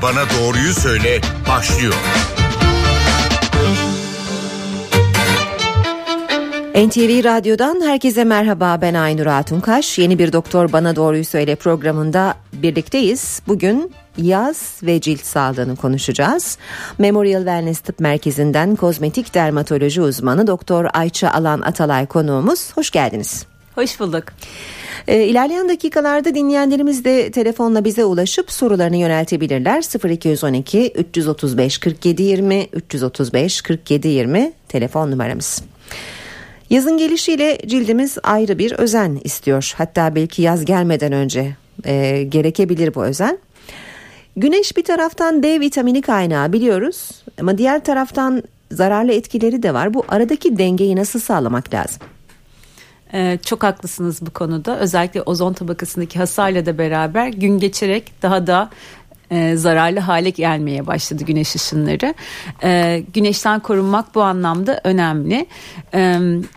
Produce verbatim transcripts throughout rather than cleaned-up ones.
Bana Doğruyu Söyle başlıyor. N T V Radyo'dan herkese merhaba, ben Aynur Altunkaş. Yeni bir Doktor Bana Doğruyu Söyle programında birlikteyiz. Bugün yaz ve cilt sağlığını konuşacağız. Memorial Wellness Tıp Merkezi'nden kozmetik dermatoloji uzmanı Doktor Ayça Alan Atalay konuğumuz. Hoş geldiniz. Hoş bulduk. E, ilerleyen dakikalarda dinleyenlerimiz de telefonla bize ulaşıp sorularını yöneltebilirler. sıfır iki on iki üç otuz beş kırk yedi yirmi üç otuz beş kırk yedi yirmi telefon numaramız. Yazın gelişiyle cildimiz ayrı bir özen istiyor. Hatta belki yaz gelmeden önce e, gerekebilir bu özen. Güneş bir taraftan D vitamini kaynağı biliyoruz ama diğer taraftan zararlı etkileri de var. Bu aradaki dengeyi nasıl sağlamak lazım? Ee, çok haklısınız bu konuda. Özellikle ozon tabakasındaki hasarla da beraber gün geçerek daha da e, zararlı hale gelmeye başladı güneş ışınları. E, güneşten korunmak bu anlamda önemli. E,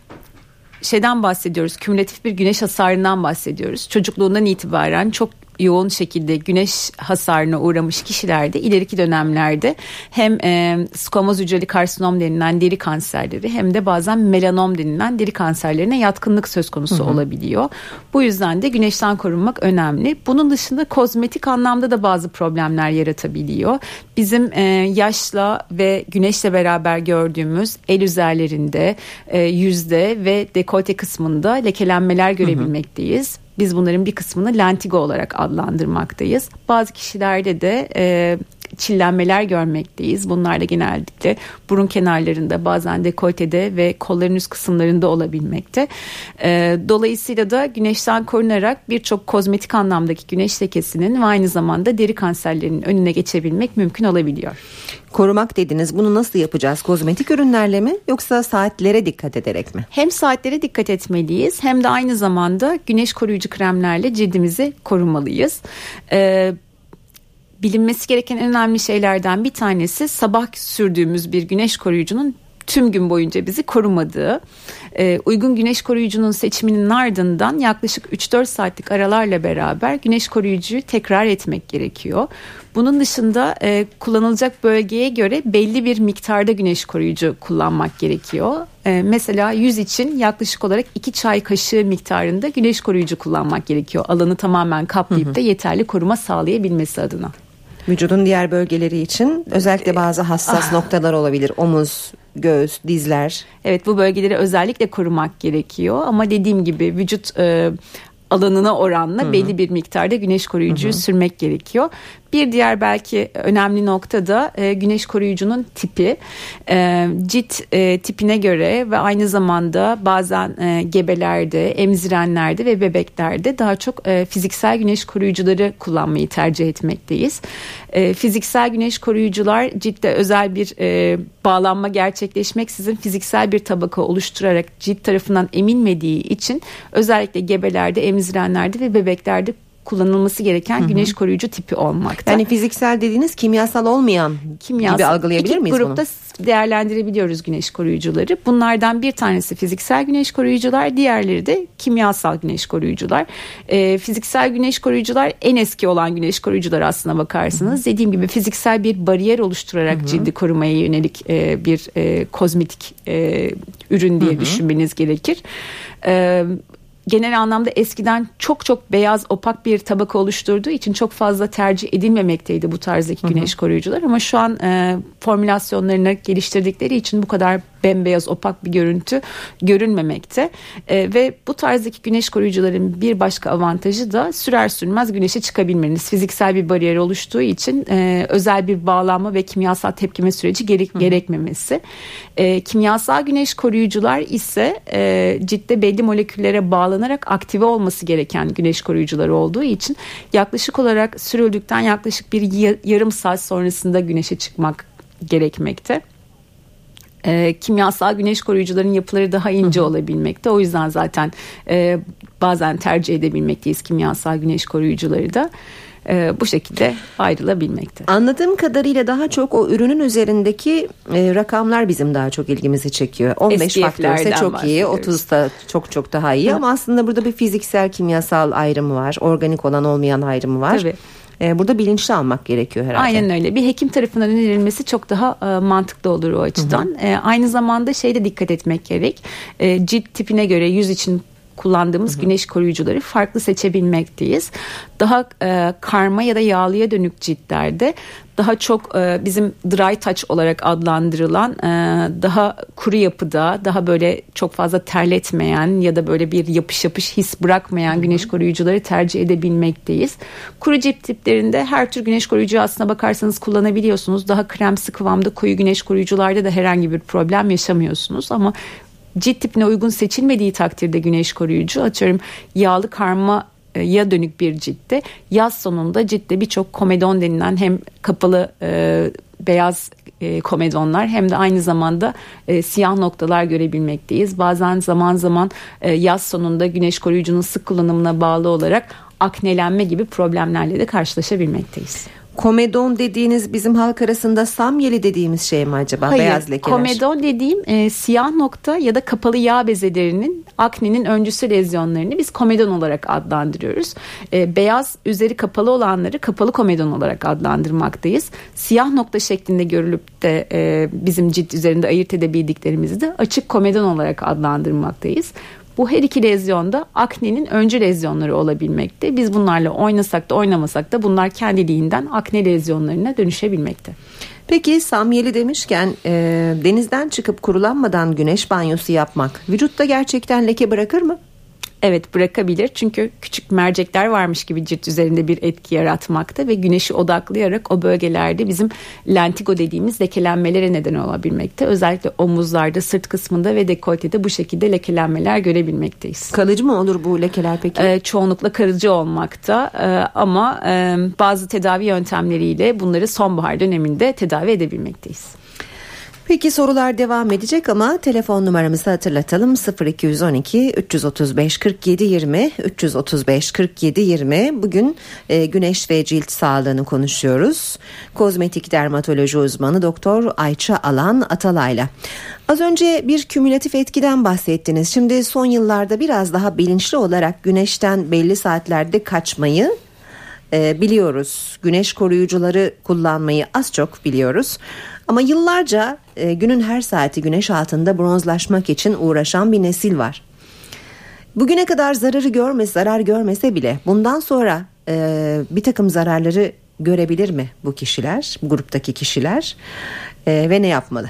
şeyden bahsediyoruz, kümülatif bir güneş hasarından bahsediyoruz. Çocukluğundan itibaren çok yoğun şekilde güneş hasarına uğramış kişilerde ileriki dönemlerde hem e, squamöz hücreli karsinom denilen deri kanserleri hem de bazen melanom denilen deri kanserlerine yatkınlık söz konusu hı hı. olabiliyor. Bu yüzden de güneşten korunmak önemli. Bunun dışında kozmetik anlamda da bazı problemler yaratabiliyor. Bizim e, yaşla ve güneşle beraber gördüğümüz el üzerlerinde, e, yüzde ve dekolte kısmında lekelenmeler görebilmekteyiz. Hı hı. Biz bunların bir kısmını lentigo olarak adlandırmaktayız. Bazı kişilerde de e, çillenmeler görmekteyiz. Bunlar da genellikle burun kenarlarında, bazen dekoltede ve kolların üst kısımlarında olabilmekte. E, dolayısıyla da güneşten korunarak birçok kozmetik anlamdaki güneş lekesinin ve aynı zamanda deri kanserlerinin önüne geçebilmek mümkün olabiliyor. Korumak dediniz. Bunu nasıl yapacağız? Kozmetik ürünlerle mi yoksa saatlere dikkat ederek mi? Hem saatlere dikkat etmeliyiz hem de aynı zamanda güneş koruyucu kremlerle cildimizi korumalıyız. Ee, bilinmesi gereken en önemli şeylerden bir tanesi sabah sürdüğümüz bir güneş koruyucunun tüm gün boyunca bizi korumadığı. Ee, uygun güneş koruyucunun seçiminin ardından yaklaşık üç dört saatlik aralarla beraber güneş koruyucuyu tekrar etmek gerekiyor. Bunun dışında e, kullanılacak bölgeye göre belli bir miktarda güneş koruyucu kullanmak gerekiyor. E, mesela yüz için yaklaşık olarak iki çay kaşığı miktarında güneş koruyucu kullanmak gerekiyor. Alanı tamamen kaplayıp hı hı. da yeterli koruma sağlayabilmesi adına. Vücudun diğer bölgeleri için özellikle bazı hassas ah. noktalar olabilir. Omuz, göğüs, dizler. Evet, bu bölgeleri özellikle korumak gerekiyor. Ama dediğim gibi vücut e, alanına oranla Hı-hı. belli bir miktarda güneş koruyucuyu Hı-hı. sürmek gerekiyor. Bir diğer belki önemli nokta da e, güneş koruyucunun tipi. E, cilt e, tipine göre ve aynı zamanda bazen e, gebelerde, emzirenlerde ve bebeklerde daha çok e, fiziksel güneş koruyucuları kullanmayı tercih etmekteyiz. E, fiziksel güneş koruyucular ciltte özel bir e, bağlanma gerçekleşmeksizin fiziksel bir tabaka oluşturarak cilt tarafından emilmediği için özellikle gebelerde, emzirenlerde ve bebeklerde kullanılması gereken hı hı. güneş koruyucu tipi olmakta. Yani fiziksel dediğiniz kimyasal olmayan kimyasal, gibi algılayabilir İki miyiz bunu? grupta değerlendirebiliyoruz güneş koruyucuları. Bunlardan bir tanesi fiziksel güneş koruyucular, diğerleri de kimyasal güneş koruyucular. E, fiziksel güneş koruyucular en eski olan güneş koruyucular aslına bakarsanız. Hı hı. Dediğim gibi fiziksel bir bariyer oluşturarak hı hı. cildi korumaya yönelik e, bir e, kozmetik e, ürün diye hı hı. düşünmeniz gerekir. Evet. Genel anlamda eskiden çok çok beyaz opak bir tabaka oluşturduğu için çok fazla tercih edilmemekteydi bu tarzdaki güneş hı hı. koruyucular. Ama şu an e, formülasyonlarını geliştirdikleri için bu kadar bembeyaz opak bir görüntü görünmemekte. E, ve bu tarzdaki güneş koruyucuların bir başka avantajı da sürer sürmez güneşe çıkabilmeniz. Fiziksel bir bariyer oluştuğu için e, özel bir bağlanma ve kimyasal tepkime süreci gerek, hı hı. gerekmemesi. E, kimyasal güneş koruyucular ise e, ciltte belli moleküllere bağlanarak aktive olması gereken güneş koruyucuları olduğu için yaklaşık olarak sürüldükten yaklaşık bir yarım saat sonrasında güneşe çıkmak gerekmekte. E, kimyasal güneş koruyucuların yapıları daha ince hı hı. olabilmekte. O yüzden zaten e, bazen tercih edebilmekteyiz kimyasal güneş koruyucuları da. E, bu şekilde ayrılabilmekte. Anladığım kadarıyla daha çok o ürünün üzerindeki e, rakamlar bizim daha çok ilgimizi çekiyor. on beş faktörse çok iyi, otuz da çok çok daha iyi. Hı. Ama aslında burada bir fiziksel kimyasal ayrımı var. Organik olan olmayan ayrımı var. Tabii. E, burada bilinçli almak gerekiyor herhalde. Aynen öyle. Bir hekim tarafından önerilmesi çok daha e, mantıklı olur o açıdan. Hı hı. E, aynı zamanda şeyde dikkat etmek gerek. E, cilt tipine göre yüz için kullandığımız hı hı. güneş koruyucuları farklı seçebilmekteyiz. Daha e, karma ya da yağlıya dönük ciltlerde daha çok e, bizim dry touch olarak adlandırılan e, daha kuru yapıda, daha böyle çok fazla terletmeyen ya da böyle bir yapış yapış his bırakmayan hı hı. güneş koruyucuları tercih edebilmekteyiz. Kuru cilt tiplerinde her tür güneş koruyucu aslına bakarsanız kullanabiliyorsunuz. Daha kremsi kıvamda koyu güneş koruyucularda da herhangi bir problem yaşamıyorsunuz ama cilt tipine uygun seçilmediği takdirde güneş koruyucu, atıyorum yağlı karmaya dönük bir ciltte yaz sonunda ciltte birçok komedon denilen hem kapalı e, beyaz e, komedonlar hem de aynı zamanda e, siyah noktalar görebilmekteyiz. Bazen zaman zaman e, yaz sonunda güneş koruyucunun sık kullanımına bağlı olarak aknelenme gibi problemlerle de karşılaşabilmekteyiz. Komedon dediğiniz bizim halk arasında samyeli dediğimiz şey mi acaba? Hayır, beyaz lekeler. Komedon dediğim e, siyah nokta ya da kapalı yağ bezelerinin aknenin öncüsü lezyonlarını biz komedon olarak adlandırıyoruz. E, beyaz üzeri kapalı olanları kapalı komedon olarak adlandırmaktayız. Siyah nokta şeklinde görülüp de e, bizim cilt üzerinde ayırt edebildiklerimizi de açık komedon olarak adlandırmaktayız. Bu her iki lezyonda aknenin öncü lezyonları olabilmekte. Biz bunlarla oynasak da oynamasak da bunlar kendiliğinden akne lezyonlarına dönüşebilmekte. Peki samyeli demişken e, denizden çıkıp kurulanmadan güneş banyosu yapmak vücutta gerçekten leke bırakır mı? Evet, bırakabilir çünkü küçük mercekler varmış gibi cilt üzerinde bir etki yaratmakta ve güneşi odaklayarak o bölgelerde bizim lentigo dediğimiz lekelenmelere neden olabilmekte. Özellikle omuzlarda, sırt kısmında ve dekoltede bu şekilde lekelenmeler görebilmekteyiz. Kalıcı mı olur bu lekeler peki? Ee, çoğunlukla kalıcı olmakta ee, ama e, bazı tedavi yöntemleriyle bunları sonbahar döneminde tedavi edebilmekteyiz. Peki sorular devam edecek ama telefon numaramızı hatırlatalım. sıfır iki on iki üç otuz beş kırk yedi yirmi üç otuz beş kırk yedi yirmi. Bugün e, güneş ve cilt sağlığını konuşuyoruz. Kozmetik dermatoloji uzmanı Doktor Ayça Alan Atalay'la. Az önce bir kümülatif etkiden bahsettiniz. Şimdi son yıllarda biraz daha bilinçli olarak güneşten belli saatlerde kaçmayı e, biliyoruz. Güneş koruyucuları kullanmayı az çok biliyoruz. Ama yıllarca e, günün her saati güneş altında bronzlaşmak için uğraşan bir nesil var. Bugüne kadar zararı görmese, zarar görmese bile bundan sonra e, bir takım zararları görebilir mi bu kişiler, bu gruptaki kişiler e, ve ne yapmalı?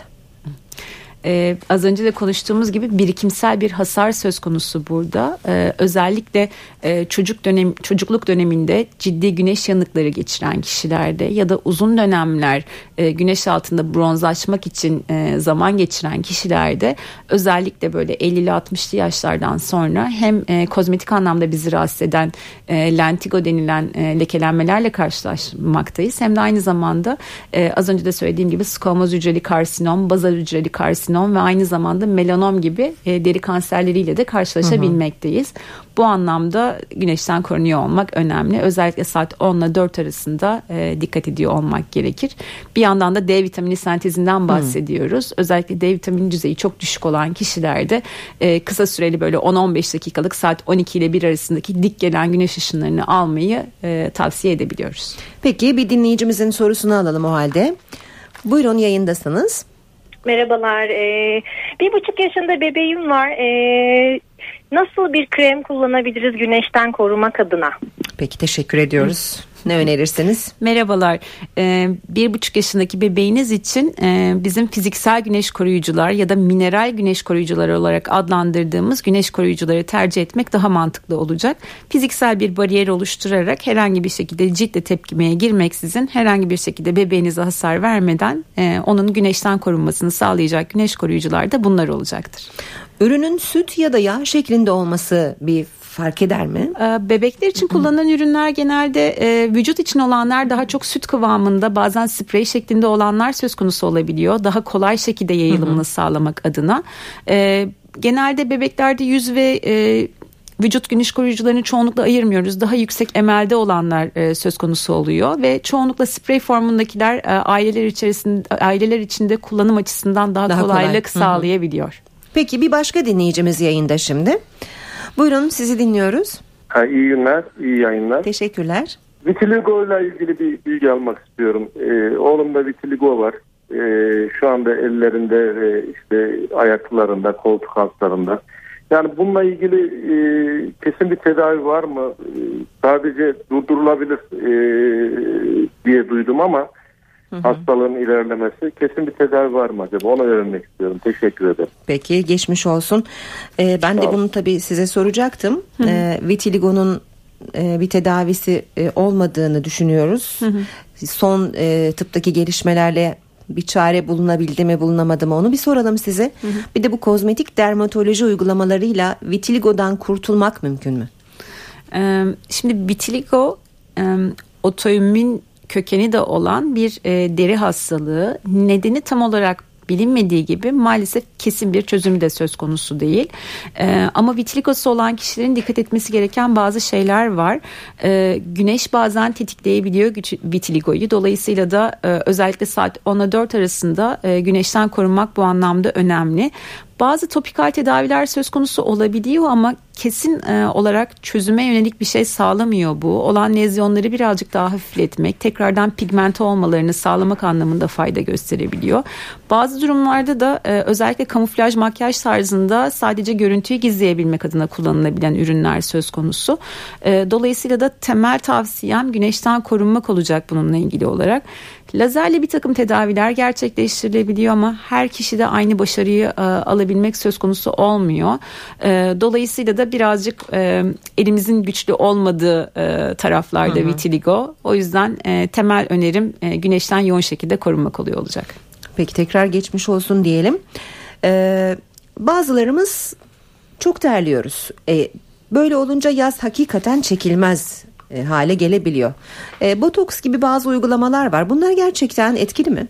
Ee, az önce de konuştuğumuz gibi birikimsel bir hasar söz konusu burada. Ee, özellikle e, çocuk dönem çocukluk döneminde ciddi güneş yanıkları geçiren kişilerde ya da uzun dönemler e, güneş altında bronzlaşmak için e, zaman geçiren kişilerde özellikle böyle ellili altmışlı yaşlardan sonra hem e, kozmetik anlamda bizi rahatsız eden e, lentigo denilen e, lekelenmelerle karşılaşmaktayız. Hem de aynı zamanda e, az önce de söylediğim gibi squamöz hücreli karsinom, bazal hücreli karsinom ve aynı zamanda melanom gibi e, deri kanserleriyle de karşılaşabilmekteyiz. Hı hı. Bu anlamda güneşten korunuyor olmak önemli. Özellikle saat on ile dört arasında e, dikkat ediyor olmak gerekir. Bir yandan da D vitamini sentezinden bahsediyoruz. Hı. Özellikle D vitamini düzeyi çok düşük olan kişilerde e, kısa süreli böyle on on beş dakikalık saat on iki ile bir arasındaki dik gelen güneş ışınlarını almayı e, tavsiye edebiliyoruz. Peki bir dinleyicimizin sorusunu alalım o halde. Buyurun, yayındasınız. Merhabalar. Ee, bir buçuk yaşında bebeğim var. Ee, nasıl bir krem kullanabiliriz güneşten korumak adına? Peki, teşekkür ediyoruz. Ne önerirsiniz? Merhabalar. Ee, bir buçuk yaşındaki bebeğiniz için e, bizim fiziksel güneş koruyucular ya da mineral güneş koruyucuları olarak adlandırdığımız güneş koruyucuları tercih etmek daha mantıklı olacak. Fiziksel bir bariyer oluşturarak herhangi bir şekilde ciltle tepkimeye girmeksizin herhangi bir şekilde bebeğinize hasar vermeden e, onun güneşten korunmasını sağlayacak güneş koruyucular da bunlar olacaktır. Ürünün süt ya da yağ şeklinde olması bir fark eder mi? Bebekler için kullanılan ürünler genelde e, vücut için olanlar daha çok süt kıvamında, bazen sprey şeklinde olanlar söz konusu olabiliyor. Daha kolay şekilde yayılımını hı hı. sağlamak adına. E, genelde bebeklerde yüz ve e, vücut güneş koruyucularını çoğunlukla ayırmıyoruz. Daha yüksek emelde olanlar e, söz konusu oluyor ve çoğunlukla sprey formundakiler e, aileler içerisinde aileler içinde kullanım açısından daha, daha kolaylık kolay. sağlayabiliyor. Hı hı. Peki bir başka dinleyicimiz yayında şimdi. Buyurun, sizi dinliyoruz. Ha, iyi günler, iyi yayınlar. Teşekkürler. vitiligo ile ilgili bir bilgi almak istiyorum. Ee, oğlumda vitiligo var. Ee, şu anda ellerinde ve işte ayaklarında, koltuk altlarında. Yani bununla ilgili e, kesin bir tedavi var mı? E, sadece durdurulabilir e, diye duydum ama hı hı. hastalığın ilerlemesi, kesin bir tedavi var mı acaba? Onu öğrenmek istiyorum. Teşekkür ederim. Peki, geçmiş olsun. Ee, ben de bunu tabii size soracaktım. Hı hı. Ee, vitiligo'nun e, bir tedavisi e, olmadığını düşünüyoruz. Hı hı. Son e, tıptaki gelişmelerle bir çare bulunabildi mi, bulunamadı mı, onu bir soralım size. Hı hı. Bir de bu kozmetik dermatoloji uygulamalarıyla vitiligo'dan kurtulmak mümkün mü? Ee, şimdi vitiligo e, otoimmün kökeni de olan bir e, deri hastalığı. Nedeni tam olarak bilinmediği gibi maalesef kesin bir çözümü de söz konusu değil. Ee, ama vitiligosu olan kişilerin dikkat etmesi gereken bazı şeyler var. Ee, güneş bazen tetikleyebiliyor vitiligoyu. Dolayısıyla da e, özellikle saat on ile dört arasında e, güneşten korunmak bu anlamda önemli. Bazı topikal tedaviler söz konusu olabiliyor ama kesin e, olarak çözüme yönelik bir şey sağlamıyor bu. Olan lezyonları birazcık daha hafifletmek, tekrardan pigmente olmalarını sağlamak anlamında fayda gösterebiliyor. Bazı durumlarda da e, özellikle kamuflaj makyaj tarzında sadece görüntüyü gizleyebilmek adına kullanılabilen ürünler söz konusu. E, dolayısıyla da temel tavsiyem güneşten korunmak olacak bununla ilgili olarak. Lazerle bir takım tedaviler gerçekleştirilebiliyor ama her kişide aynı başarıyı e, alabilmek söz konusu olmuyor. E, dolayısıyla da birazcık e, elimizin güçlü olmadığı e, taraflarda hı hı. vitiligo. O yüzden e, temel önerim e, güneşten yoğun şekilde korunmak oluyor olacak. Peki, tekrar geçmiş olsun diyelim. Ee, bazılarımız çok terliyoruz. Ee, böyle olunca yaz hakikaten çekilmez e, hale gelebiliyor. E, botoks gibi bazı uygulamalar var. Bunlar gerçekten etkili mi?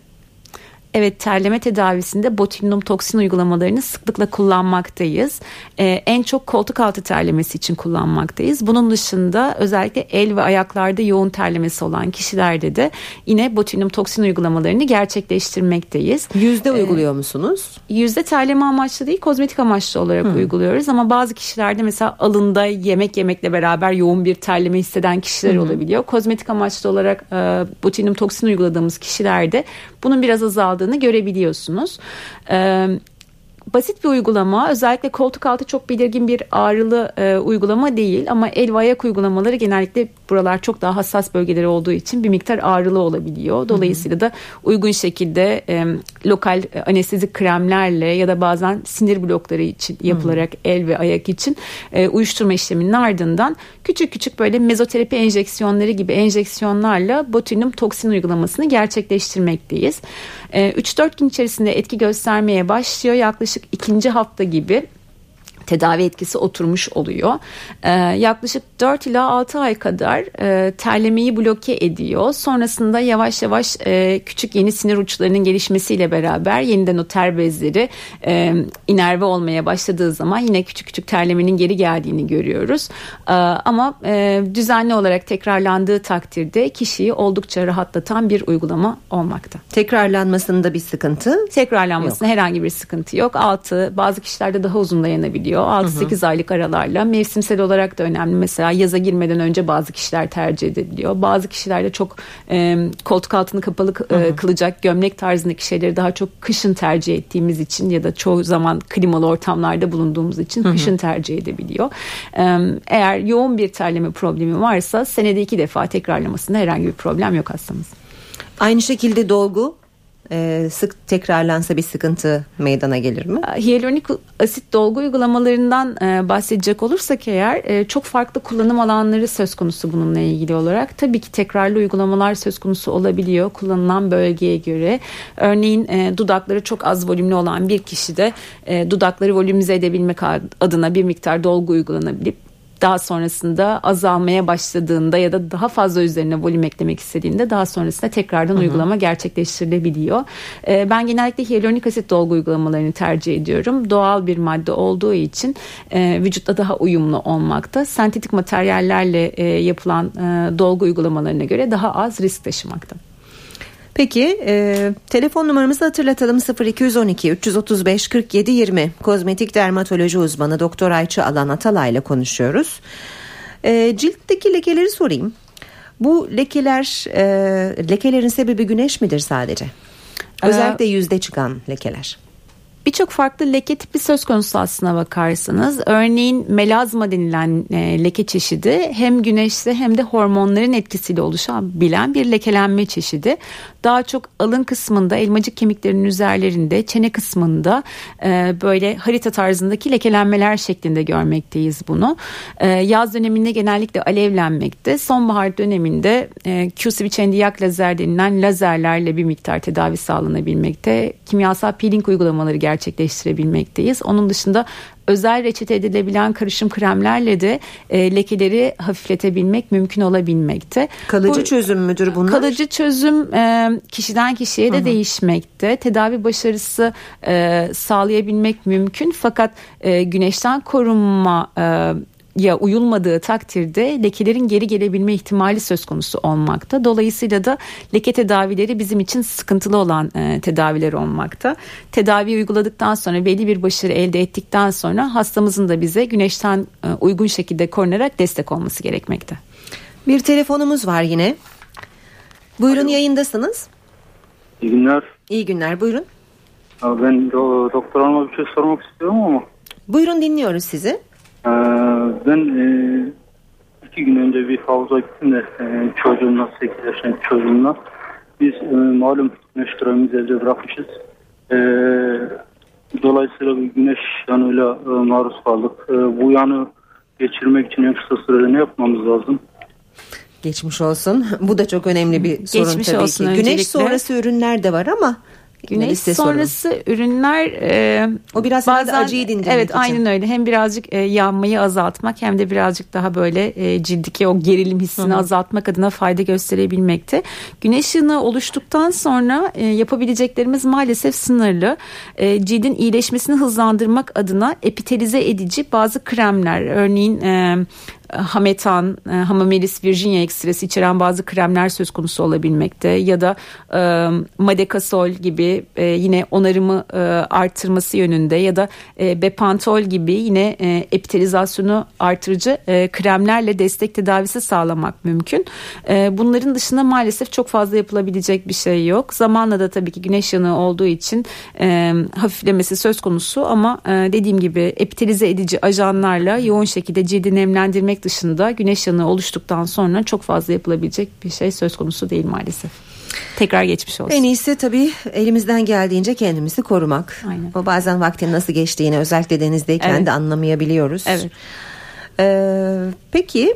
Evet, terleme tedavisinde botulinum toksin uygulamalarını sıklıkla kullanmaktayız. Ee, en çok koltuk altı terlemesi için kullanmaktayız. Bunun dışında özellikle el ve ayaklarda yoğun terlemesi olan kişilerde de yine botulinum toksin uygulamalarını gerçekleştirmekteyiz. Yüzde ee, uyguluyor musunuz? Yüzde terleme amaçlı değil, kozmetik amaçlı olarak hmm. uyguluyoruz. Ama bazı kişilerde mesela alında yemek yemekle beraber yoğun bir terleme hisseden kişiler hmm. olabiliyor. Kozmetik amaçlı olarak e, botulinum toksin uyguladığımız kişilerde bunun biraz azaldığını görebiliyorsunuz. Ee, basit bir uygulama, özellikle koltuk altı çok belirgin bir ağrılı e, uygulama değil ama el ve ayak uygulamaları genellikle buralar çok daha hassas bölgeleri olduğu için bir miktar ağrılı olabiliyor. Dolayısıyla da uygun şekilde e, lokal e, anestezik kremlerle ya da bazen sinir blokları için yapılarak hmm. el ve ayak için e, uyuşturma işleminin ardından küçük küçük böyle mezoterapi enjeksiyonları gibi enjeksiyonlarla botulinum toksin uygulamasını gerçekleştirmekteyiz. E, üç dört gün içerisinde etki göstermeye başlıyor. Yaklaşık ikinci hafta gibi tedavi etkisi oturmuş oluyor. Ee, yaklaşık dört ila altı ay kadar e, terlemeyi bloke ediyor. Sonrasında yavaş yavaş e, küçük yeni sinir uçlarının gelişmesiyle beraber yeniden o ter bezleri e, inerve olmaya başladığı zaman yine küçük küçük terlemenin geri geldiğini görüyoruz. E, ama e, düzenli olarak tekrarlandığı takdirde kişiyi oldukça rahatlatan bir uygulama olmakta. Tekrarlanmasında bir sıkıntı? Tekrarlanmasında yok. Herhangi bir sıkıntı yok. Altı, bazı kişilerde daha uzun dayanabiliyor. altı sekiz aylık aralarla, mevsimsel olarak da önemli. Mesela yaza girmeden önce bazı kişiler tercih ediliyor. Bazı kişilerde çok e, koltuk altını kapalı e, kılacak gömlek tarzındaki şeyleri daha çok kışın tercih ettiğimiz için ya da çoğu zaman klimalı ortamlarda bulunduğumuz için hı hı. kışın tercih edebiliyor. E, eğer yoğun bir terleme problemi varsa senede iki defa tekrarlamasında herhangi bir problem yok hastamız. Aynı şekilde dolgu Ee, sık tekrarlansa bir sıkıntı meydana gelir mi? Hyaluronik asit dolgu uygulamalarından e, bahsedecek olursak eğer e, çok farklı kullanım alanları söz konusu bununla ilgili olarak. Tabii ki tekrarlı uygulamalar söz konusu olabiliyor kullanılan bölgeye göre. Örneğin e, dudakları çok az volümlü olan bir kişide e, dudakları volümize edebilmek adına bir miktar dolgu uygulanabilip daha sonrasında azalmaya başladığında ya da daha fazla üzerine volüm eklemek istediğinde daha sonrasında tekrardan hı hı. uygulama gerçekleştirilebiliyor. Ee, ben genellikle hyaluronik asit dolgu uygulamalarını tercih ediyorum. Doğal bir madde olduğu için e, vücutta daha uyumlu olmakta. Sentetik materyallerle e, yapılan e, dolgu uygulamalarına göre daha az risk taşımakta. Peki e, telefon numaramızı hatırlatalım: sıfır iki on iki üç otuz beş kırk yedi yirmi. Kozmetik dermatoloji uzmanı Doktor Ayça Alan Atalay ile konuşuyoruz. E, ciltteki lekeleri sorayım. Bu lekeler, e, lekelerin sebebi güneş midir sadece? Özellikle ee, yüzde çıkan lekeler. Birçok farklı leke tipi söz konusu aslına bakarsanız. Örneğin melazma denilen e, leke çeşidi hem güneşte hem de hormonların etkisiyle oluşabilen bir lekelenme çeşidi. Daha çok alın kısmında, elmacık kemiklerinin üzerlerinde, çene kısmında e, böyle harita tarzındaki lekelenmeler şeklinde görmekteyiz bunu. E, yaz döneminde genellikle alevlenmekte. Sonbahar döneminde e, Q-switch endiyak lazer denilen lazerlerle bir miktar tedavi sağlanabilmekte. Kimyasal peeling uygulamaları gerçekleştirebilmekteyiz. Onun dışında özel reçete edilebilen karışım kremlerle de e, lekeleri hafifletebilmek mümkün olabilmekte. Kalıcı Bu, çözüm müdür bunlar? Kalıcı çözüm e, kişiden kişiye de Hı-hı. değişmekte. Tedavi başarısı e, sağlayabilmek mümkün fakat e, güneşten korunma e, ya uyulmadığı takdirde lekelerin geri gelebilme ihtimali söz konusu olmakta. Dolayısıyla da leke tedavileri bizim için sıkıntılı olan e, tedaviler olmakta. Tedavi uyguladıktan sonra belli bir başarı elde ettikten sonra hastamızın da bize güneşten e, uygun şekilde korunarak destek olması gerekmekte. Bir telefonumuz var yine. Buyurun, Alo. Yayındasınız. İyi günler. İyi günler, buyurun. Ben do- doktor hanıma bir şey sormak istiyorum ama. Buyurun, dinliyoruz sizi. Ben iki gün önce bir havuza gittim de çocuğumla, sekiz yaşındaki çocuğumla. Biz malum güneş kremimizi evde bırakmışız. Dolayısıyla bir güneş yanıyla maruz kaldık. Bu yanı geçirmek için en kısa sürede ne yapmamız lazım? Geçmiş olsun. Bu da çok önemli bir sorun Geçmiş tabii olsun ki. öncelikle. Güneş sonrası ürünler de var ama güneş sonrası sorun. ürünler e, o biraz bazen acıyı dindirmek evet için. Aynen öyle. Hem birazcık e, yanmayı azaltmak hem de birazcık daha böyle e, cildiki o gerilim hissini Hı-hı. azaltmak adına fayda gösterebilmekte. Güneş ışını oluştuktan sonra e, yapabileceklerimiz maalesef sınırlı. E, cildin iyileşmesini hızlandırmak adına epitelize edici bazı kremler, örneğin e, Hametan, Hamamelis Virginia ekstresi içeren bazı kremler söz konusu olabilmekte ya da e, Madecasol gibi e, yine onarımı e, artırması yönünde ya da e, Bepantol gibi yine e, epitelizasyonu artırıcı e, kremlerle destek tedavisi sağlamak mümkün. E, bunların dışında maalesef çok fazla yapılabilecek bir şey yok. Zamanla da tabii ki güneş yanığı olduğu için e, hafiflemesi söz konusu ama e, dediğim gibi epitelize edici ajanlarla yoğun şekilde cildi nemlendirmek dışında güneş yanığı oluştuktan sonra çok fazla yapılabilecek bir şey söz konusu değil maalesef. Tekrar geçmiş olsun. En iyisi tabii elimizden geldiğince kendimizi korumak. Aynen. Ama bazen vaktin nasıl geçtiğini özellikle denizdeyken evet. de anlamayabiliyoruz. Evet. Ee, peki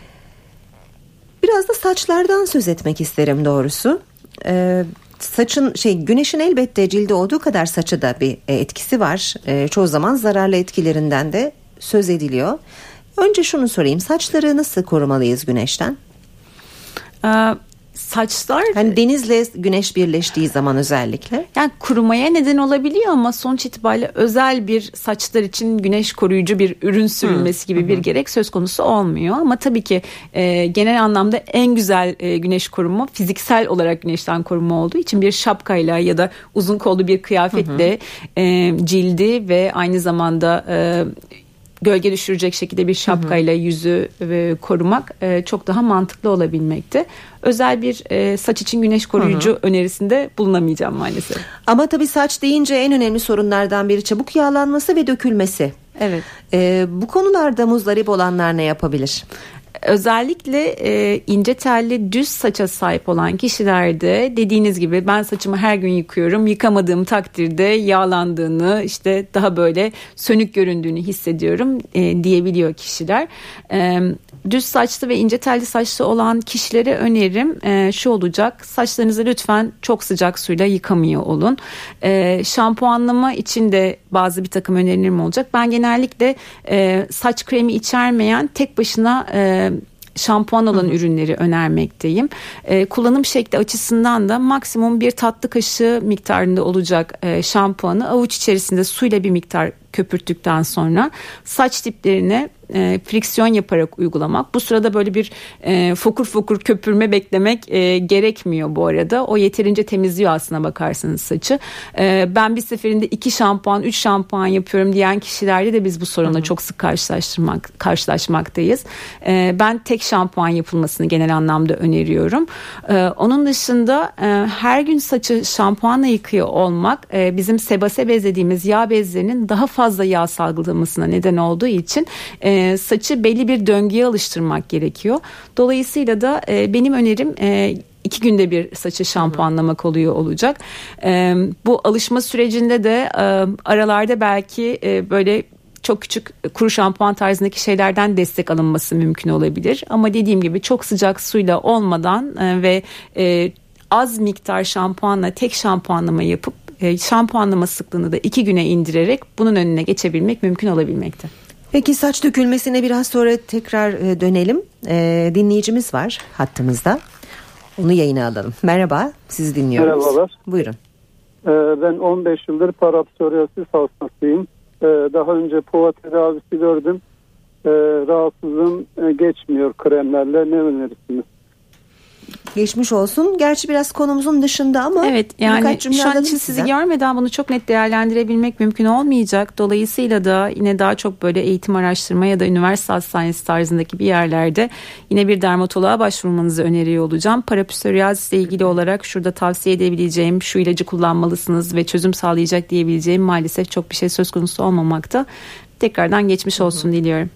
biraz da saçlardan söz etmek isterim doğrusu. Ee, Saçın şey güneşin elbette cilde olduğu kadar saça da bir etkisi var. Ee, çoğu zaman zararlı etkilerinden de söz ediliyor. Önce şunu sorayım. Saçları nasıl korumalıyız güneşten? Ee, saçlar... Hani denizle güneş birleştiği zaman özellikle. Yani kurumaya neden olabiliyor ama sonuç itibariyle özel bir saçlar için güneş koruyucu bir ürün sürülmesi gibi bir gerek söz konusu olmuyor. Ama tabii ki e, genel anlamda en güzel e, güneş koruma fiziksel olarak güneşten koruma olduğu için bir şapkayla ya da uzun kollu bir kıyafetle e, cildi ve aynı zamanda... E, gölge düşürecek şekilde bir şapkayla yüzü e, korumak e, çok daha mantıklı olabilmekte. Özel bir e, saç için güneş koruyucu hı hı. önerisinde bulunamayacağım maalesef. Ama tabii saç deyince en önemli sorunlardan biri çabuk yağlanması ve dökülmesi. Evet. E, bu konularda muzdarip olanlar ne yapabilir? Özellikle e, ince telli düz saça sahip olan kişilerde dediğiniz gibi ben saçımı her gün yıkıyorum. Yıkamadığım takdirde yağlandığını işte daha böyle sönük göründüğünü hissediyorum e, diyebiliyor kişiler. E, düz saçlı ve ince telli saçlı olan kişilere önerim e, şu olacak. Saçlarınızı lütfen çok sıcak suyla yıkamıyor olun. E, şampuanlama için de bazı bir takım önerilerim olacak. Ben genellikle e, saç kremi içermeyen tek başına e, şampuan olan Hı. ürünleri önermekteyim. E, kullanım şekli açısından da maksimum bir tatlı kaşığı miktarında olacak e, şampuanı avuç içerisinde suyla bir miktar köpürttükten sonra saç diplerine e, friksiyon yaparak uygulamak. Bu sırada böyle bir e, fokur fokur köpürme beklemek e, gerekmiyor bu arada. O yeterince temizliyor aslına bakarsanız saçı. E, ben bir seferinde iki şampuan, üç şampuan yapıyorum diyen kişilerde de biz bu sorunla çok sık karşılaştırmak, karşılaşmaktayız. E, ben tek şampuan yapılmasını genel anlamda öneriyorum. E, onun dışında e, her gün saçı şampuanla yıkıyor olmak e, bizim sebase bez dediğimiz yağ bezlerinin daha fazla yağ salgılamasına neden olduğu için e, saçı belli bir döngüye alıştırmak gerekiyor. Dolayısıyla da e, benim önerim e, iki günde bir saçı şampuanlamak oluyor olacak. E, bu alışma sürecinde de e, aralarda belki e, böyle çok küçük kuru şampuan tarzındaki şeylerden destek alınması mümkün olabilir. Ama dediğim gibi çok sıcak suyla olmadan e, ve e, az miktar şampuanla tek şampuanlama yapıp e, şampuanlama sıklığını da iki güne indirerek bunun önüne geçebilmek mümkün olabilmekte. Peki saç dökülmesine biraz sonra tekrar dönelim. Ee, dinleyicimiz var hattımızda. Onu yayına alalım. Merhaba, sizi dinliyoruz. Merhabalar. Buyurun. Ee, ben on beş yıldır parapsoriasis hastasıyım. Ee, daha önce pova tedavisi gördüm. Ee, rahatsızlığım e, geçmiyor kremlerle. Ne önerirsiniz? Geçmiş olsun. Gerçi biraz konumuzun dışında ama evet, yani şu an için sizi size. görmeden bunu çok net değerlendirebilmek mümkün olmayacak. Dolayısıyla da yine daha çok böyle eğitim araştırma ya da üniversite hastanesi tarzındaki bir yerlerde yine bir dermatoloğa başvurmanızı öneriyor olacağım. Parapsoriasis ile ilgili olarak şurada tavsiye edebileceğim şu ilacı kullanmalısınız ve çözüm sağlayacak diyebileceğim maalesef çok bir şey söz konusu olmamakta. Tekrardan geçmiş olsun diliyorum.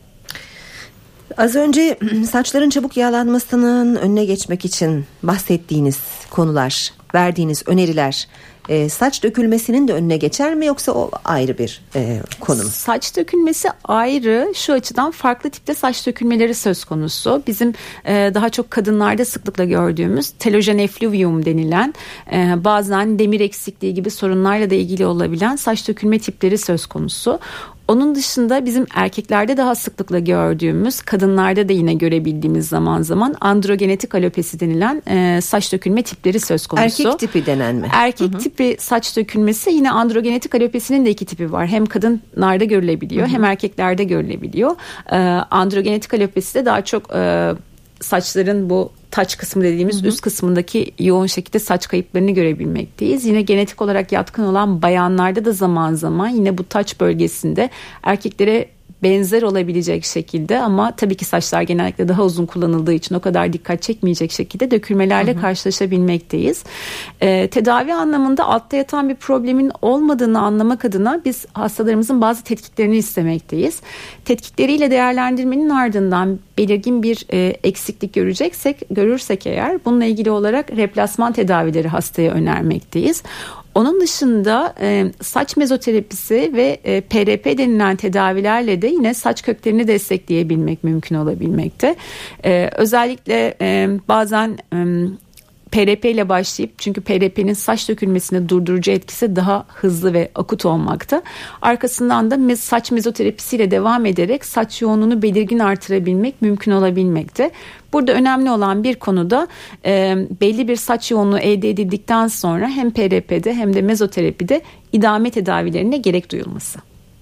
Az önce saçların çabuk yağlanmasının önüne geçmek için bahsettiğiniz konular, verdiğiniz öneriler e, saç dökülmesinin de önüne geçer mi yoksa o ayrı bir e, konu mu? Saç dökülmesi ayrı, şu açıdan farklı tipte saç dökülmeleri söz konusu. Bizim e, daha çok kadınlarda sıklıkla gördüğümüz telojen effluvium denilen e, bazen demir eksikliği gibi sorunlarla da ilgili olabilen saç dökülme tipleri söz konusu. Onun dışında bizim erkeklerde daha sıklıkla gördüğümüz, kadınlarda da yine görebildiğimiz zaman zaman androgenetik alopesi denilen e, saç dökülme tipleri söz konusu. Erkek tipi denen mi? Erkek hı hı. tipi saç dökülmesi yine androgenetik alopesinin de iki tipi var. Hem kadınlarda görülebiliyor, hı hı. hem erkeklerde görülebiliyor. E, androgenetik alopesi de daha çok e, saçların bu taç kısmı dediğimiz hı hı. üst kısmındaki yoğun şekilde saç kayıplarını görebilmekteyiz. Yine genetik olarak yatkın olan bayanlarda da zaman zaman yine bu taç bölgesinde erkeklere benzer olabilecek şekilde ama tabii ki saçlar genellikle daha uzun kullanıldığı için o kadar dikkat çekmeyecek şekilde dökülmelerle hı hı. karşılaşabilmekteyiz. Ee, tedavi anlamında altta yatan bir problemin olmadığını anlamak adına biz hastalarımızın bazı tetkiklerini istemekteyiz. Tetkikleriyle değerlendirmenin ardından belirgin bir e, eksiklik göreceksek, görürsek eğer bununla ilgili olarak replasman tedavileri hastaya önermekteyiz. Onun dışında e, saç mezoterapisi ve e, P R P denilen tedavilerle de yine saç köklerini destekleyebilmek mümkün olabilmekte. E, özellikle e, bazen e, P R P ile başlayıp, çünkü P R P'nin saç dökülmesini durdurucu etkisi daha hızlı ve akut olmakta. Arkasından da saç mezoterapisiyle devam ederek saç yoğunluğunu belirgin artırabilmek mümkün olabilmekte. Burada önemli olan bir konuda e, belli bir saç yoğunluğu elde edildikten sonra hem P R P'de hem de mezoterapide idame tedavilerine gerek duyulması.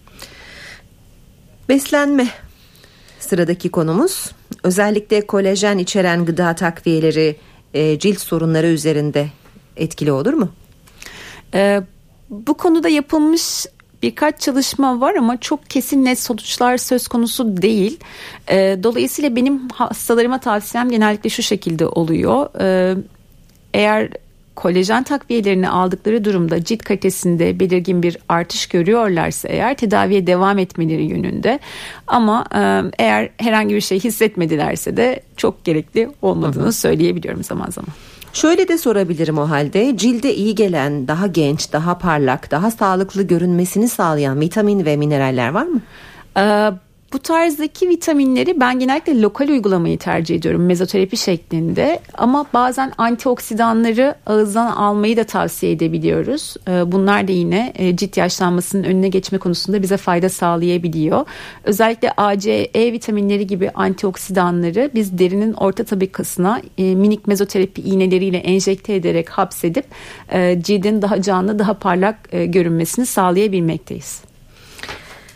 Beslenme sıradaki konumuz. Özellikle kolajen içeren gıda takviyeleri e, cilt sorunları üzerinde etkili olur mu? E, bu konuda yapılmış birkaç çalışma var ama çok kesin net sonuçlar söz konusu değil. E, dolayısıyla benim hastalarıma tavsiyem genellikle şu şekilde oluyor. E, eğer kolajen takviyelerini aldıkları durumda cilt kalitesinde belirgin bir artış görüyorlarsa eğer tedaviye devam etmeleri yönünde. Ama e, eğer herhangi bir şey hissetmedilerse de çok gerekli olmadığını hı hı. söyleyebiliyorum zaman zaman. Şöyle de sorabilirim o halde, cilde iyi gelen, daha genç, daha parlak, daha sağlıklı görünmesini sağlayan vitamin ve mineraller var mı? Ee, bu tarzdaki vitaminleri ben genellikle lokal uygulamayı tercih ediyorum mezoterapi şeklinde, ama bazen antioksidanları ağızdan almayı da tavsiye edebiliyoruz. Ee, bunlar da yine e, cilt yaşlanmasının önüne geçme konusunda bize fayda sağlayabiliyor. Özellikle A, C, E vitaminleri gibi antioksidanları biz derinin orta tabakasına e, minik mezoterapi iğneleriyle enjekte ederek hapsedip e, cildin daha canlı, daha parlak e, görünmesini sağlayabilmekteyiz.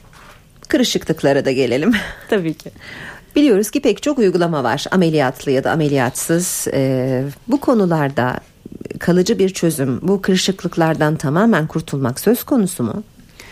Kırışıklıklara da gelelim. Tabii ki. Biliyoruz ki pek çok uygulama var, ameliyatlı ya da ameliyatsız. Ee, bu konularda kalıcı bir çözüm, bu kırışıklıklardan tamamen kurtulmak söz konusu mu?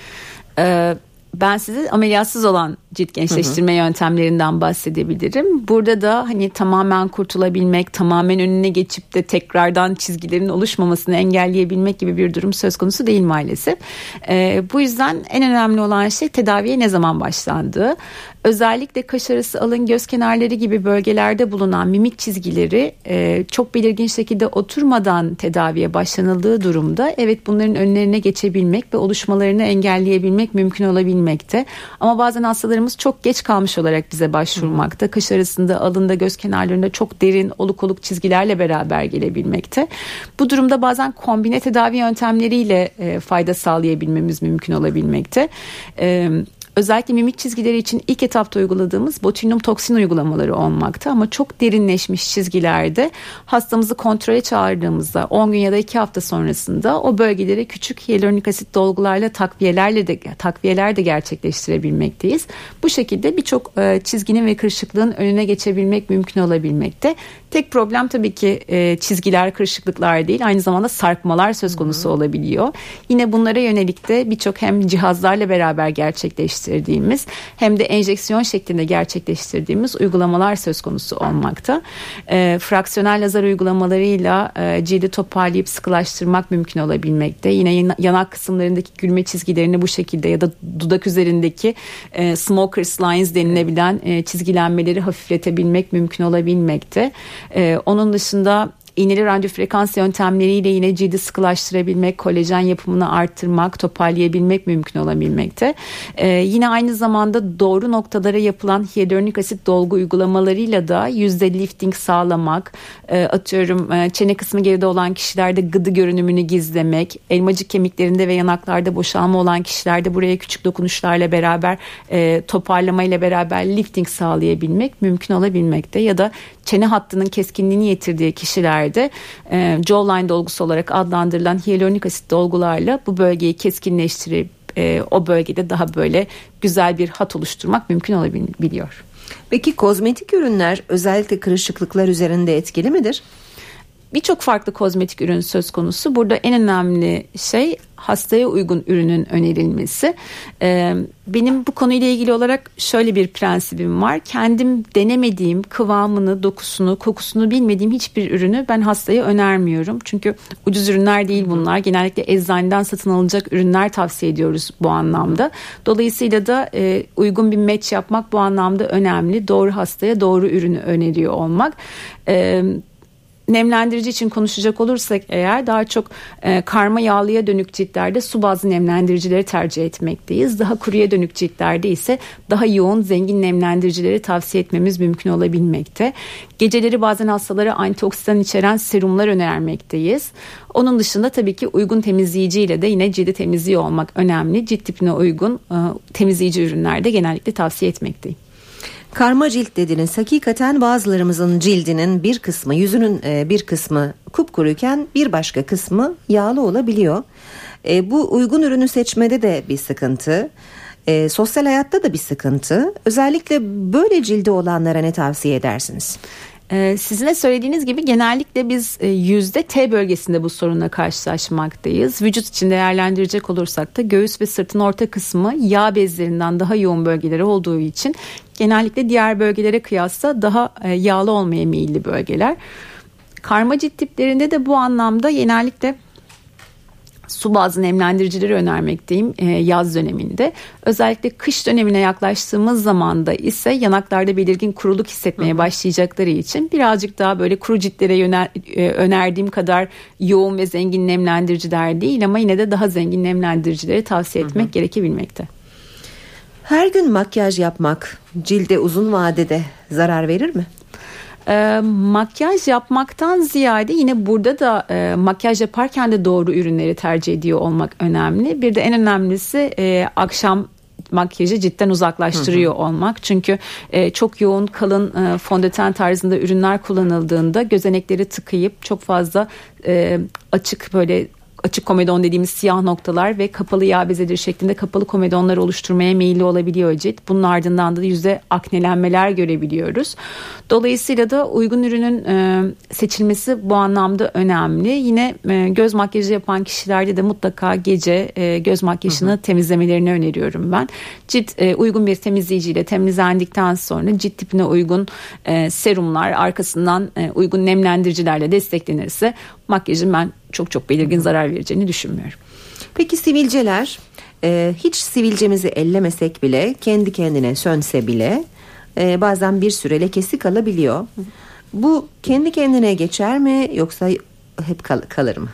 Ee, ben size ameliyatsız olan cilt gençleştirme hı hı. yöntemlerinden bahsedebilirim. Burada da hani tamamen kurtulabilmek, tamamen önüne geçip de tekrardan çizgilerin oluşmamasını engelleyebilmek gibi bir durum söz konusu değil maalesef. Ee, bu yüzden en önemli olan şey tedaviye ne zaman başlandığı. Özellikle kaş arası, alın, göz kenarları gibi bölgelerde bulunan mimik çizgileri e, çok belirgin şekilde oturmadan tedaviye başlanıldığı durumda evet bunların önlerine geçebilmek ve oluşmalarını engelleyebilmek mümkün olabilmekte. Ama bazen hastalarımız çok geç kalmış olarak bize başvurmakta. Hmm. Kaş arasında, alında, göz kenarlarında çok derin oluk oluk çizgilerle beraber gelebilmekte. Bu durumda bazen kombine tedavi yöntemleriyle e, fayda sağlayabilmemiz mümkün olabilmekte. Evet. Özellikle mimik çizgileri için ilk etapta uyguladığımız botulinum toksin uygulamaları olmakta ama çok derinleşmiş çizgilerde hastamızı kontrole çağırdığımızda on gün ya da iki hafta sonrasında o bölgelere küçük hyaluronik asit dolgularla takviyelerle de takviyeler de gerçekleştirebilmekteyiz. Bu şekilde birçok e, çizginin ve kırışıklığın önüne geçebilmek mümkün olabilmekte. Tek problem tabii ki e, çizgiler, kırışıklıklar değil, aynı zamanda sarkmalar söz konusu hmm. olabiliyor. Yine bunlara yönelik de birçok hem cihazlarla beraber gerçekleştirdiğimiz hem de enjeksiyon şeklinde gerçekleştirdiğimiz uygulamalar söz konusu olmakta. E, fraksiyonel lazer uygulamalarıyla e, cildi toparlayıp sıkılaştırmak mümkün olabilmekte. Yine yanak kısımlarındaki gülme çizgilerini bu şekilde ya da dudak üzerindeki e, smoker's lines denilebilen e, çizgilenmeleri hafifletebilmek mümkün olabilmekte. Ee, onun dışında iğneli radyofrekans yöntemleriyle yine cildi sıkılaştırabilmek, kolajen yapımını arttırmak, toparlayabilmek mümkün olabilmekte. Ee, yine aynı zamanda doğru noktalara yapılan hyaluronik asit dolgu uygulamalarıyla da yüzde lifting sağlamak, e, atıyorum e, çene kısmı geride olan kişilerde gıdı görünümünü gizlemek, elmacık kemiklerinde ve yanaklarda boşalma olan kişilerde buraya küçük dokunuşlarla beraber e, toparlamayla beraber lifting sağlayabilmek mümkün olabilmekte. Ya da çene hattının keskinliğini yitirdiği kişiler de e, jawline dolgusu olarak adlandırılan hyaluronik asit dolgularla bu bölgeyi keskinleştirip e, o bölgede daha böyle güzel bir hat oluşturmak mümkün olabiliyor. Peki kozmetik ürünler özellikle kırışıklıklar üzerinde etkili midir? Birçok farklı kozmetik ürün söz konusu. Burada en önemli şey hastaya uygun ürünün önerilmesi. Ee, benim bu konuyla ilgili olarak şöyle bir prensibim var. Kendim denemediğim, kıvamını, dokusunu, kokusunu bilmediğim hiçbir ürünü ben hastaya önermiyorum. Çünkü ucuz ürünler değil bunlar. Genellikle eczaneden satın alınacak ürünler tavsiye ediyoruz bu anlamda. Dolayısıyla da e, uygun bir match yapmak bu anlamda önemli. Doğru hastaya doğru ürünü öneriyor olmak. Evet. Nemlendirici için konuşacak olursak eğer daha çok e, karma yağlıya dönük ciltlerde su bazlı nemlendiricileri tercih etmekteyiz. Daha kuruya dönük ciltlerde ise daha yoğun zengin nemlendiricileri tavsiye etmemiz mümkün olabilmekte. Geceleri bazen hastalara antioksidan içeren serumlar önermekteyiz. Onun dışında tabii ki uygun temizleyiciyle de yine cildi temizliyor olmak önemli. Cilt tipine uygun e, temizleyici ürünlerde genellikle tavsiye etmekteyim. Karma cilt dediniz. Hakikaten bazılarımızın cildinin bir kısmı, yüzünün bir kısmı kupkuruyken bir başka kısmı yağlı olabiliyor. E, bu uygun ürünü seçmede de bir sıkıntı. E, sosyal hayatta da bir sıkıntı. Özellikle böyle cildi olanlara ne tavsiye edersiniz? Sizin de söylediğiniz gibi genellikle biz yüzde T bölgesinde bu sorunla karşılaşmaktayız. Vücut için değerlendirecek olursak da göğüs ve sırtın orta kısmı yağ bezlerinden daha yoğun bölgeleri olduğu için genellikle diğer bölgelere kıyasla daha yağlı olmaya meyilli bölgeler. Karma cilt tiplerinde de bu anlamda genellikle su bazlı nemlendiricileri önermekteyim e, yaz döneminde. Özellikle kış dönemine yaklaştığımız zamanda ise yanaklarda belirgin kuruluk hissetmeye başlayacakları için birazcık daha böyle kuru ciltlere yönel, e, önerdiğim kadar yoğun ve zengin nemlendiriciler değil ama yine de daha zengin nemlendiricileri tavsiye etmek hı hı. gerekebilmekte. Her gün makyaj yapmak cilde uzun vadede zarar verir mi? E, makyaj yapmaktan ziyade yine burada da e, makyaj yaparken de doğru ürünleri tercih ediyor olmak önemli. Bir de en önemlisi e, akşam makyajı cidden uzaklaştırıyor hı hı. olmak. Çünkü e, çok yoğun kalın e, fondöten tarzında ürünler kullanıldığında gözenekleri tıkayıp çok fazla e, açık böyle açık komedon dediğimiz siyah noktalar ve kapalı yağ bezeleri şeklinde kapalı komedonlar oluşturmaya meyilli olabiliyor cilt. Bunun ardından da yüzde aknelenmeler görebiliyoruz. Dolayısıyla da uygun ürünün e, seçilmesi bu anlamda önemli. Yine e, göz makyajı yapan kişilerde de mutlaka gece e, göz makyajını hı hı. temizlemelerini öneriyorum ben. Cilt e, uygun bir temizleyiciyle temizlendikten sonra cilt tipine uygun e, serumlar, arkasından e, uygun nemlendiricilerle desteklenirse makyajın ben çok çok belirgin zarar vereceğini düşünmüyorum. Peki sivilceler, e, hiç sivilcemizi ellemesek bile, kendi kendine sönse bile e, bazen bir süre lekesi kalabiliyor. Bu kendi kendine geçer mi yoksa hep kal- kalır mı?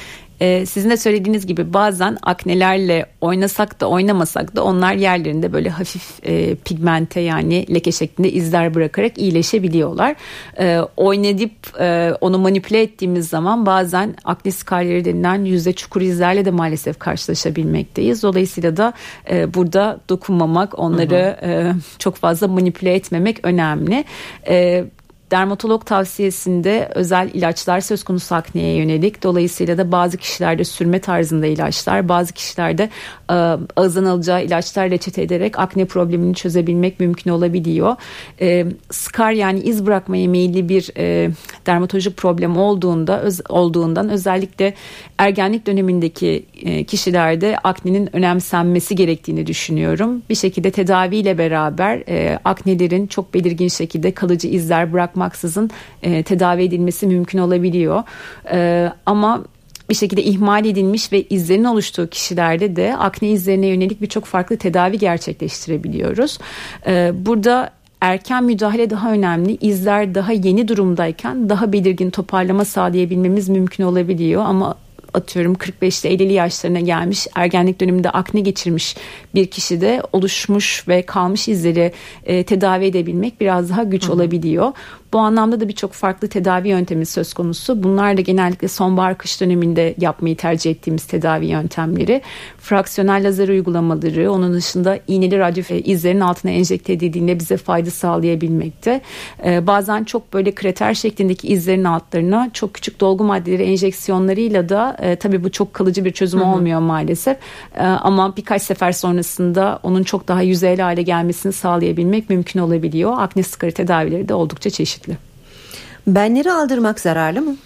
Ee, sizin de söylediğiniz gibi bazen aknelerle oynasak da oynamasak da onlar yerlerinde böyle hafif e, pigmente, yani leke şeklinde izler bırakarak iyileşebiliyorlar. Ee, oynayıp e, onu manipüle ettiğimiz zaman bazen akne skarları denilen yüzde çukur izlerle de maalesef karşılaşabilmekteyiz. Dolayısıyla da e, burada dokunmamak, onları hı hı. E, çok fazla manipüle etmemek önemli. Evet. Dermatolog tavsiyesinde özel ilaçlar söz konusu akneye yönelik. Dolayısıyla da bazı kişilerde sürme tarzında ilaçlar, bazı kişilerde e, ağızdan alacağı ilaçlar reçete ederek akne problemini çözebilmek mümkün olabiliyor. E, skar, yani iz bırakmaya meyilli bir e, dermatolojik problem olduğunda öz, olduğundan özellikle ergenlik dönemindeki e, kişilerde aknenin önemsenmesi gerektiğini düşünüyorum. Bir şekilde tedaviyle beraber e, aknelerin çok belirgin şekilde kalıcı izler bırakmak maksızın e, tedavi edilmesi mümkün olabiliyor. E, ama bir şekilde ihmal edilmiş ve izlerin oluştuğu kişilerde de akne izlerine yönelik birçok farklı tedavi gerçekleştirebiliyoruz. E, burada erken müdahale daha önemli. İzler daha yeni durumdayken daha belirgin toparlama sağlayabilmemiz mümkün olabiliyor ama atıyorum kırk beşli ellili yaşlarına gelmiş, ergenlik döneminde akne geçirmiş bir kişide oluşmuş ve kalmış izleri e, tedavi edebilmek biraz daha güç Hı. olabiliyor. Bu anlamda da birçok farklı tedavi yöntemi söz konusu. Bunlar da genellikle sonbahar kış döneminde yapmayı tercih ettiğimiz tedavi yöntemleri. Fraksiyonel lazer uygulamaları, onun dışında iğneli radyo izlerin altına enjekte edildiğinde bize fayda sağlayabilmekte. Ee, bazen çok böyle krater şeklindeki izlerin altlarına çok küçük dolgu maddeleri enjeksiyonlarıyla da e, tabii bu çok kalıcı bir çözüm hı hı. olmuyor maalesef. E, ama birkaç sefer sonrasında onun çok daha yüzeyli hale gelmesini sağlayabilmek mümkün olabiliyor. Akne skarı tedavileri de oldukça çeşitli. Benleri aldırmak zararlı mı?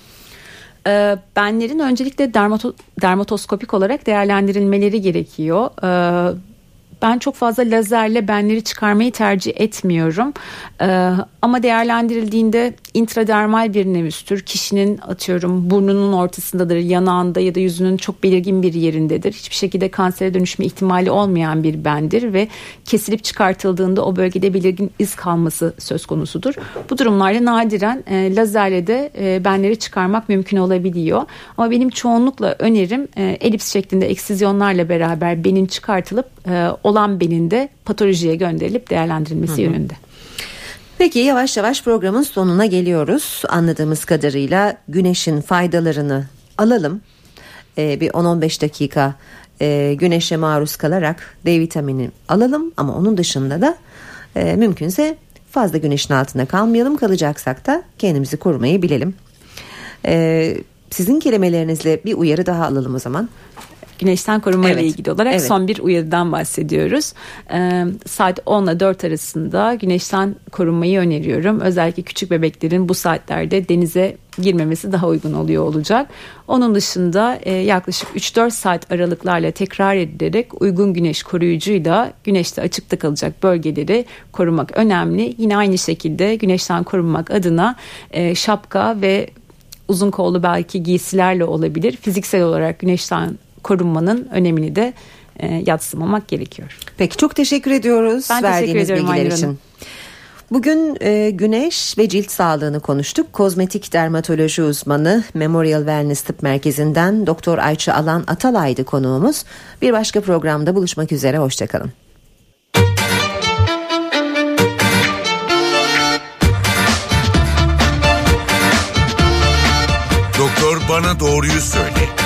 Ee, benlerin öncelikle dermato- dermatoskopik olarak değerlendirilmeleri gerekiyor. Ee, ben çok fazla lazerle benleri çıkarmayı tercih etmiyorum. Ee, ama değerlendirildiğinde intradermal bir nevüstür. Kişinin atıyorum burnunun ortasındadır, yanağında ya da yüzünün çok belirgin bir yerindedir. Hiçbir şekilde kansere dönüşme ihtimali olmayan bir bendir ve kesilip çıkartıldığında o bölgede belirgin iz kalması söz konusudur. Bu durumlarda nadiren e, lazerle de e, benleri çıkarmak mümkün olabiliyor. Ama benim çoğunlukla önerim e, elips şeklinde eksizyonlarla beraber benin çıkartılıp e, olan benin de patolojiye gönderilip değerlendirilmesi hı hı. yönünde. Peki yavaş yavaş programın sonuna geliyoruz. Anladığımız kadarıyla güneşin faydalarını alalım. Ee, bir on on beş dakika e, güneşe maruz kalarak D vitamini alalım. Ama onun dışında da e, mümkünse fazla güneşin altında kalmayalım. Kalacaksak da kendimizi korumayı bilelim. E, sizin kelimelerinizle bir uyarı daha alalım o zaman. Güneşten korunma evet. ile ilgili olarak evet. son bir uyarıdan bahsediyoruz. Ee, saat on ile dört arasında güneşten korunmayı öneriyorum. Özellikle küçük bebeklerin bu saatlerde denize girmemesi daha uygun oluyor olacak. Onun dışında e, yaklaşık üç dört saat aralıklarla tekrar edilerek uygun güneş koruyucuyla güneşte açıkta kalacak bölgeleri korumak önemli. Yine aynı şekilde güneşten korunmak adına e, şapka ve uzun kollu belki giysilerle olabilir. Fiziksel olarak güneşten korunmanın önemini de e, yadsımamak gerekiyor. Peki çok teşekkür ediyoruz ben verdiğiniz teşekkür bilgiler Aynur için. Hanım. Bugün e, güneş ve cilt sağlığını konuştuk. Kozmetik dermatoloji uzmanı Memorial Wellness Tıp Merkezi'nden Doktor Ayça Alan Atalay'dı konuğumuz. Bir başka programda buluşmak üzere, hoşçakalın. Doktor bana doğruyu söyle.